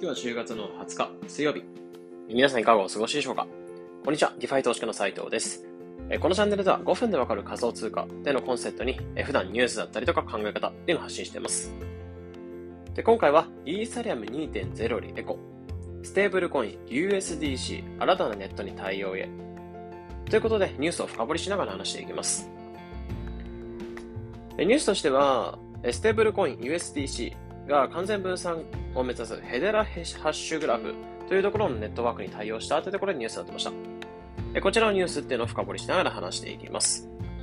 は10月の20日水曜日。皆さんいかがお過ごしでしょうか。こんにちは、ディファイ投資家の斉藤です。このチャンネルでは5分でわかる仮想通貨でのコンセプトに普段ニュースだったりとか考え方っていうのを発信しています。で、今回はイーサリアム 2.0 よりエコ、ステーブルコイン USDC 新たなネットに対応へということでニュースを深掘りしながら話していきます。ニュースとしてはステーブルコイン USDC が完全分散を目指すヘデラハッシュグラフというところのネットワークに対応したというところでニュースになってました。こちらのニュースっていうのを深掘りしながら話していきます。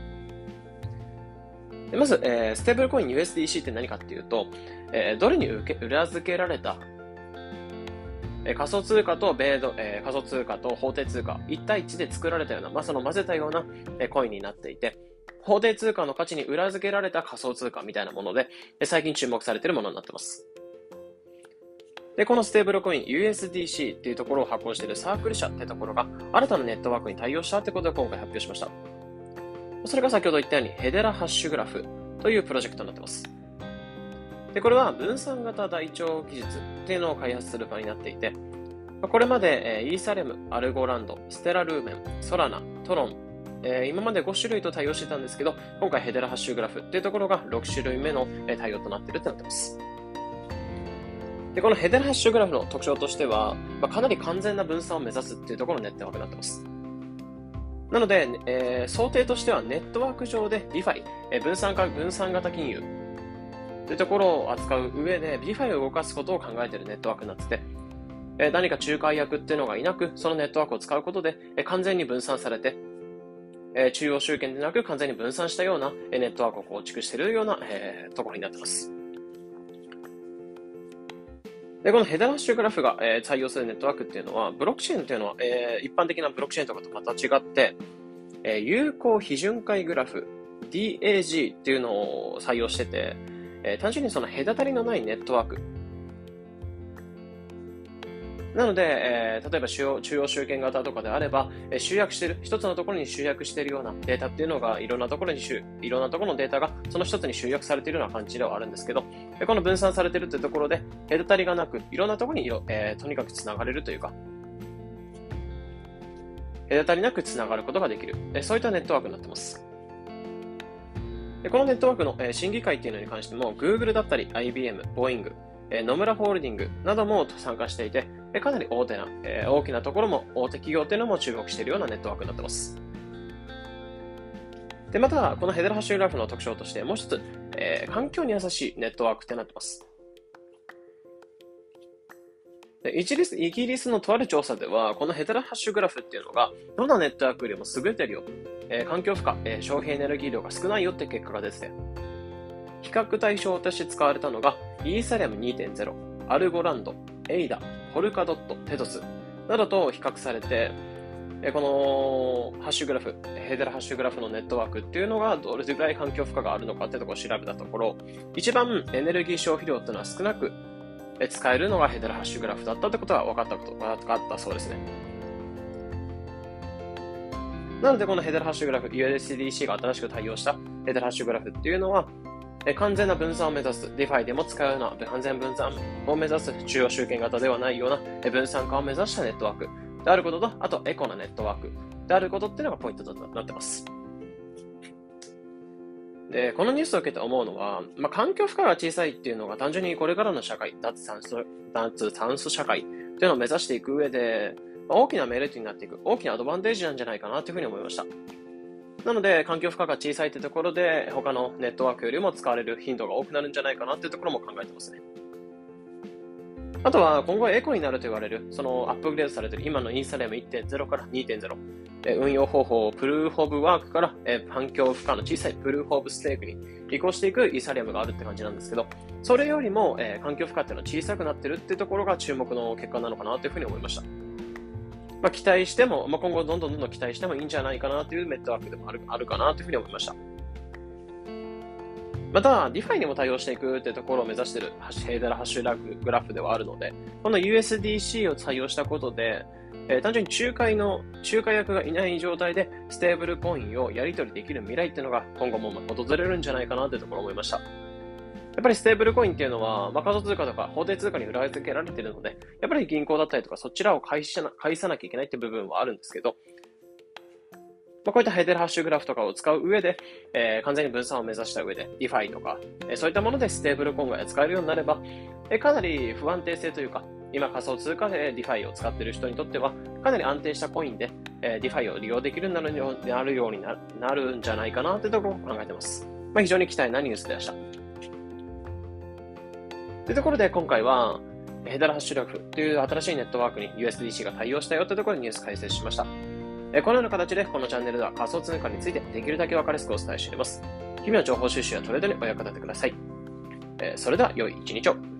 まず、ステーブルコイン USDC って何かっていうと、ドルに裏付けられた仮想通貨と仮想通貨と法定通貨1対1で作られたような、その混ぜたようなコインになっていて、法定通貨の価値に裏付けられた仮想通貨みたいなもので、最近注目されているものになっています。で、このステーブルコイン USDC っていうところを発行しているサークル社っていうところが新たなネットワークに対応したってことで今回発表しました。それが先ほど言ったようにヘデラハッシュグラフというプロジェクトになっています。で、これは分散型台帳技術っていうのを開発する場になっていて、これまでイーサレム、アルゴランド、ステラルーメン、ソラナ、トロン、今まで5種類と対応してたんですけど、今回ヘデラハッシュグラフっていうところが6種類目の対応となっているってなってます。で、このヘデラハッシュグラフの特徴としては、かなり完全な分散を目指すっていうところのネットワークになってます。なので、想定としてはネットワーク上で DeFi、分散型金融というところを扱う上で DeFi を動かすことを考えているネットワークになってて、何か仲介役っていうのがいなく、そのネットワークを使うことで完全に分散されて、中央集権でなく完全に分散したようなネットワークを構築しているようなところになっています。で、このヘデラハッシュグラフが採用するネットワークっていうのは、ブロックチェーンっていうのは一般的なブロックチェーンとかとまた違って、有効批准会グラフ DAG っていうのを採用してて、単純にその隔たりのないネットワークなので、例えば中央集権型とかであれば、集約している、一つのところに集約しているようなデータっていうのが、いろんなところのデータがその一つに集約されているような感じではあるんですけど、この分散されているというところで、隔たりがなく、いろんなところにとにかくつながれるというか、隔たりなくつながることができる、そういったネットワークになっています。このネットワークの審議会っていうのに関しても、Google だったり、IBM、Boeing、野村ホールディングなども参加していて、かなり大きなところも、大手企業というのも注目しているようなネットワークになっています。で、また、このヘデラハッシュグラフの特徴として、もう一つ、環境に優しいネットワークってなっています。で、イギリスのとある調査では、このヘデラハッシュグラフっていうのが、どんなネットワークよりも優れてるよ。環境負荷、消費エネルギー量が少ないよって結果が出てて、比較対象として使われたのが、イーサリアム 2.0、アルゴランド、エイダ、ポルカドット、テトスなどと比較されて、このハッシュグラフ、ヘデラハッシュグラフのネットワークっていうのがどれぐらい環境負荷があるのかっていうところを調べたところ、一番エネルギー消費量っていうのは少なく使えるのがヘデラハッシュグラフだったってことが分かったそうですね。なのでこのヘデラハッシュグラフ、USDC が新しく対応したヘデラハッシュグラフっていうのは、完全な分散を目指す、DeFi でも使うような完全分散を目指す中央集権型ではないような分散化を目指したネットワークであることと、あとエコなネットワークであることっていうのがポイントとなっています。で、このニュースを受けて思うのは、環境負荷が小さいっていうのが単純にこれからの社会、脱炭素社会っていうのを目指していく上で、大きなメリットになっていく、大きなアドバンテージなんじゃないかなというふうに思いました。なので、環境負荷が小さいというところで、他のネットワークよりも使われる頻度が多くなるんじゃないかなというところも考えてますね。あとは、今後エコになると言われる、そのアップグレードされている今のイーサリアム 1.0 から 2.0、運用方法をプルーフオブワークから、環境負荷の小さいプルーフオブステークに移行していくイーサリアムがあるって感じなんですけど、それよりも、環境負荷っていうのは小さくなっているっていうところが注目の結果なのかなというふうに思いました。期待しても、今後どんどん期待してもいいんじゃないかなというネットワークでもあるかなというふうに思いました。また、DeFi にも対応していくというところを目指しているヘデラハッシュグラフではあるので、この USDC を採用したことで、単純に仲介役がいない状態でステーブルコインをやり取りできる未来っていうのが今後も訪れるんじゃないかなというところを思いました。 やっぱりステーブルコインっていうのは、仮想通貨とか法定通貨に裏付けられているので、やっぱり銀行だったりとかそちらを介さなきゃいけないっていう部分はあるんですけど、こういったヘデルハッシュグラフとかを使う上で、完全に分散を目指した上で、DeFi とか、そういったものでステーブルコインが使えるようになれば、かなり不安定性というか、今仮想通貨で DeFi を使っている人にとっては、かなり安定したコインで、DeFi を利用できるようになるんじゃないかなというところを考えています。非常に期待なニュースでした。というところで今回は、ヘデルハッシュグラフという新しいネットワークに USDC が対応したよというところでニュース解説しました。このような形でこのチャンネルでは仮想通貨についてできるだけ分かりやすくお伝えしています。日々の情報収集やトレードにお役立てください。それでは良い一日を。